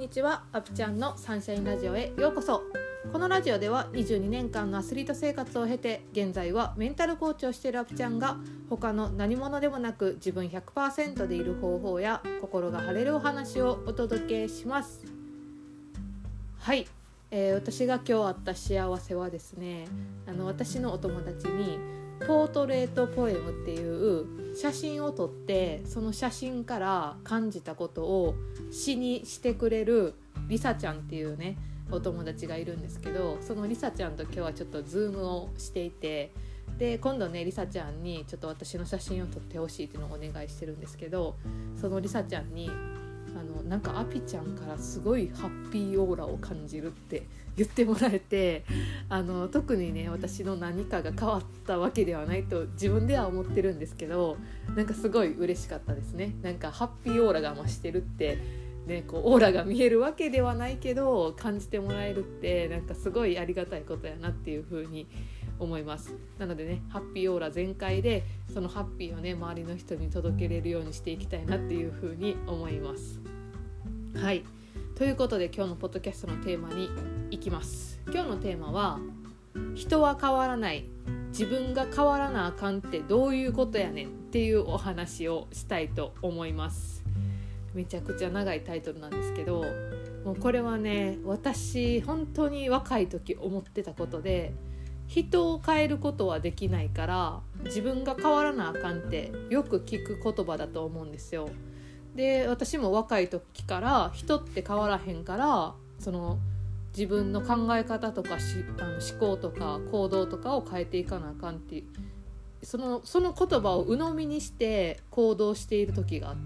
にちは。アピちゃんのサンシャインラジオへようこそ。このラジオでは22年間のアスリート生活を経て、現在はメンタルコーチをしているアピちゃんが、他の何者でもなく自分 100% でいる方法や心が晴れるお話をお届けします。はい、私が今日あった幸せはですね、私のお友達にポートレートポエムっていう写真を撮って、その写真から感じたことを詩にしてくれるリサちゃんっていうねお友達がいるんですけど、そのリサちゃんと今日はちょっとズームをしていて、で今度ねリサちゃんにちょっと私の写真を撮ってほしいっていうのをお願いしてるんですけど、そのリサちゃんになんかアピちゃんからすごいハッピーオーラを感じるって言ってもらえて、特にね私の何かが変わったわけではないと自分では思ってるんですけど、なんかすごい嬉しかったですね。なんかハッピーオーラが増してるってね、こうオーラが見えるわけではないけど感じてもらえるってなんかすごいありがたいことやなっていう風に思います。なのでね、ハッピーオーラ全開でそのハッピーをね周りの人に届けれるようにしていきたいなっていう風に思います。はい、ということで今日のポッドキャストのテーマに行きます。今日のテーマは、人は変わらない、自分が変わらなあかんってどういうことやねんっていうお話をしたいと思います。めちゃくちゃ長いタイトルなんですけど、もうこれはね私本当に若い時思ってたことで、人を変えることはできないから自分が変わらなあかんってよく聞く言葉だと思うんですよ。で私も若い時から人って変わらへんから、その自分の考え方とか思考とか行動とかを変えていかなあかんってその言葉を鵜呑みにして行動している時があって、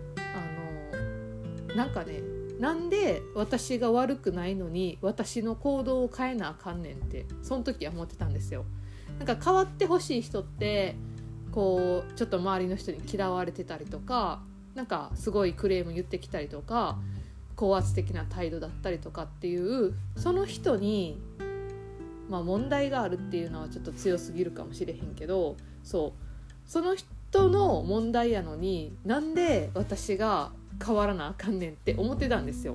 なんかね、なんで私が悪くないのに私の行動を変えなあかんねんってその時は思ってたんですよ。なんか変わってほしい人ってこうちょっと周りの人に嫌われてたりとか、なんかすごいクレーム言ってきたりとか、高圧的な態度だったりとかっていうその人に、問題があるっていうのはちょっと強すぎるかもしれへんけど、その人の問題やのになんで私が変わらなあかんねんって思ってたんですよ。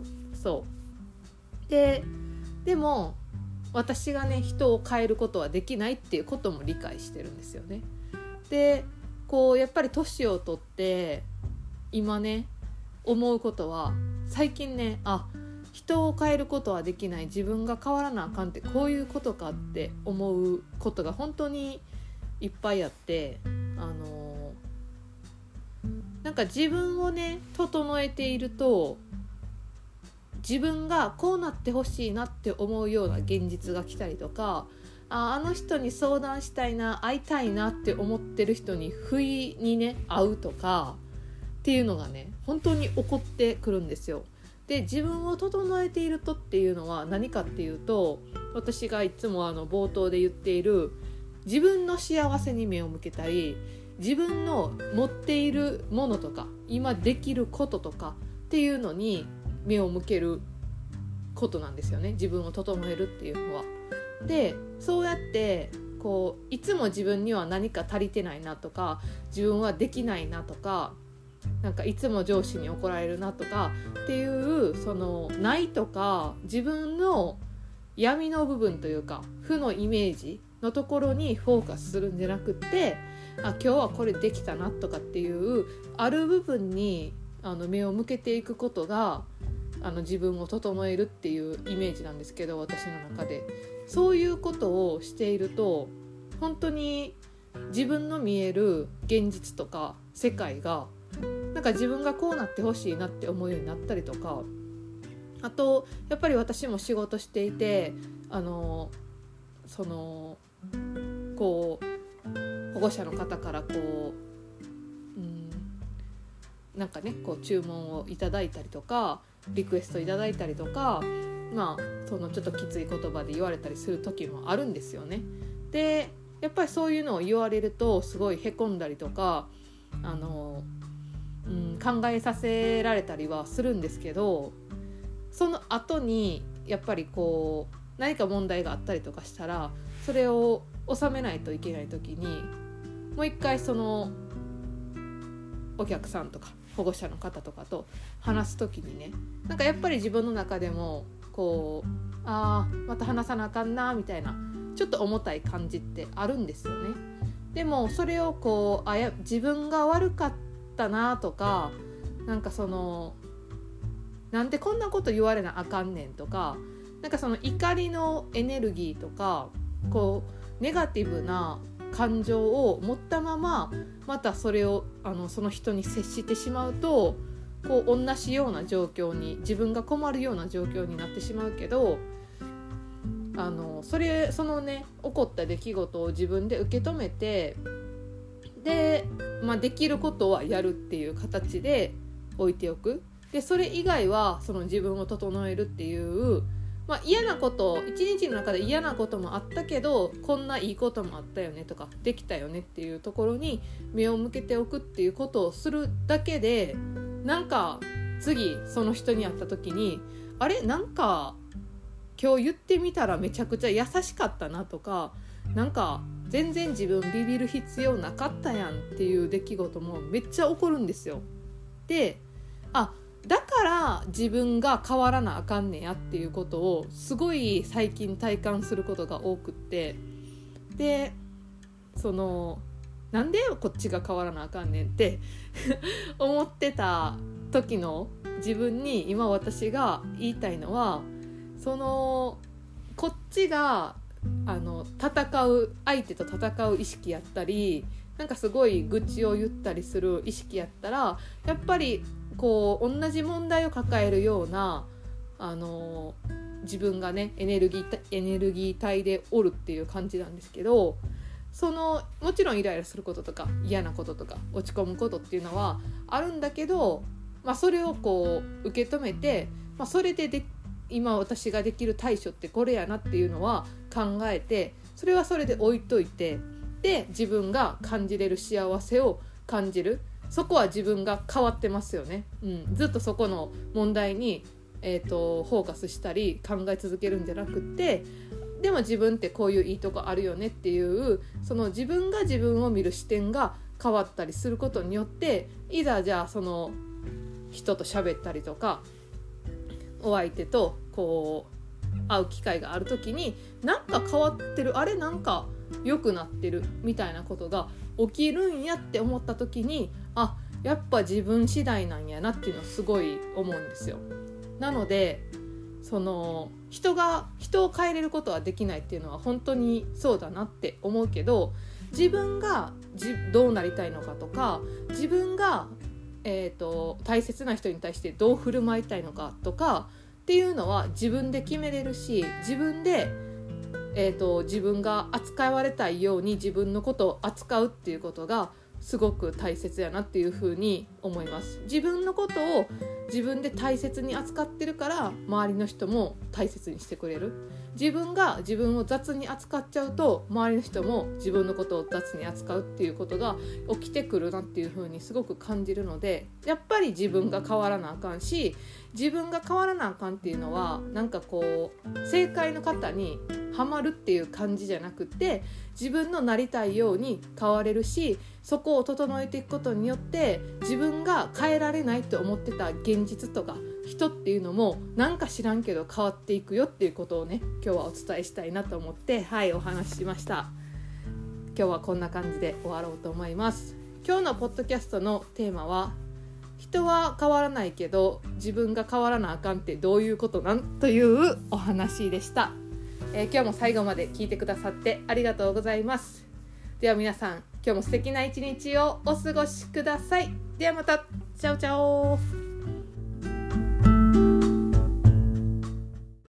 でも私がね人を変えることはできないっていうことも理解してるんですよね。でこうやっぱり年を取って今ね思うことは、最近ね人を変えることはできない、自分が変わらなあかんってこういうことかって思うことが本当にいっぱいあって、なんか自分をね整えていると、自分がこうなってほしいなって思うような現実が来たりとか、あの人に相談したいな、会いたいなって思ってる人に不意にね会うとかっていうのがね本当に起こってくるんですよ。で自分を整えているとっていうのは何かっていうと、私がいつも冒頭で言っている自分の幸せに目を向けたり、自分の持っているものとか今できることとかっていうのに目を向けることなんですよね、自分を整えるっていうのは。でそうやってこういつも自分には何か足りてないなとか、自分はできないなとか、なんかいつも上司に怒られるなとかっていうそのないとか自分の闇の部分というか負のイメージのところにフォーカスするんじゃなくって、今日はこれできたなとかっていうある部分に目を向けていくことが自分を整えるっていうイメージなんですけど、私の中でそういうことをしていると本当に自分の見える現実とか世界がなんか自分がこうなってほしいなって思うようになったりとか、あとやっぱり私も仕事していてこう保護者の方からなんかねこう注文をいただいたりとかリクエストいただいたりとか、そのちょっときつい言葉で言われたりする時もあるんですよね。でやっぱりそういうのを言われるとすごいへこんだりとか考えさせられたりはするんですけど、その後にやっぱりこう何か問題があったりとかしたらそれを収めないといけない時にもう一回そのお客さんとか保護者の方とかと話すときにね、なんかやっぱり自分の中でもこうまた話さなあかんなみたいなちょっと重たい感じってあるんですよね。でもそれをこう自分が悪かったなとか、なんかそのなんでこんなこと言われなあかんねんとか、なんかその怒りのエネルギーとかこうネガティブな感情を持ったまままたそれをその人に接してしまうと、こう同じような状況に自分が困るような状況になってしまうけど、そのね起こった出来事を自分で受け止めて、で、できることはやるっていう形で置いておく。でそれ以外はその自分を整えるっていう、嫌なこと一日の中で嫌なこともあったけどこんないいこともあったよねとかできたよねっていうところに目を向けておくっていうことをするだけで、なんか次その人に会った時になんか今日言ってみたらめちゃくちゃ優しかったなとか、なんか全然自分ビビる必要なかったやんっていう出来事もめっちゃ起こるんですよ。でだから自分が変わらなあかんねやっていうことをすごい最近体感することが多くって、でなんでこっちが変わらなあかんねんって思ってた時の自分に今私が言いたいのは、こっちが戦う相手と戦う意識やったり、なんかすごい愚痴を言ったりする意識やったら、やっぱりこう同じ問題を抱えるような自分がねエネルギー体でおるっていう感じなんですけど、もちろんイライラすることとか嫌なこととか落ち込むことっていうのはあるんだけど、それをこう受け止めて、それで今私ができる対処ってこれやなっていうのは考えて、それはそれで置いといて、で自分が感じれる幸せを感じる。そこは自分が変わってますよね、ずっとそこの問題に、フォーカスしたり考え続けるんじゃなくって、でも自分ってこういういいとこあるよねっていう、その自分が自分を見る視点が変わったりすることによって、いざじゃあその人と喋ったりとかお相手とこう会う機会があるときに、なんか変わってる、なんか良くなってるみたいなことが起きるんやって思ったときに、やっぱ自分次第なんやなっていうのをすごい思うんですよ。なので人を変えれることはできないっていうのは本当にそうだなって思うけど、自分がどうなりたいのかとか、自分が、大切な人に対してどう振る舞いたいのかとかっていうのは自分で決めれるし、自分で、自分が扱われたいように自分のことを扱うっていうことがすごく大切やなっていうふうに思います。自分のことを自分で大切に扱ってるから周りの人も大切にしてくれる。自分が自分を雑に扱っちゃうと周りの人も自分のことを雑に扱うっていうことが起きてくるなっていうふうにすごく感じるので、やっぱり自分が変わらなあかんし、自分が変わらなあかんっていうのはなんかこう正解の方にハマるっていう感じじゃなくて、自分のなりたいように変われるし、そこを整えていくことによって自分が変えられないと思ってた現実とか人っていうのもなんか知らんけど変わっていくよっていうことをね、今日はお伝えしたいなと思ってお話ししました。今日はこんな感じで終わろうと思います。今日のポッドキャストのテーマは、人は変わらないけど自分が変わらなあかんってどういうことなんというお話でした。今日も最後まで聞いてくださってありがとうございます。では皆さん、今日も素敵な一日をお過ごしください。ではまた。チャオチャオ。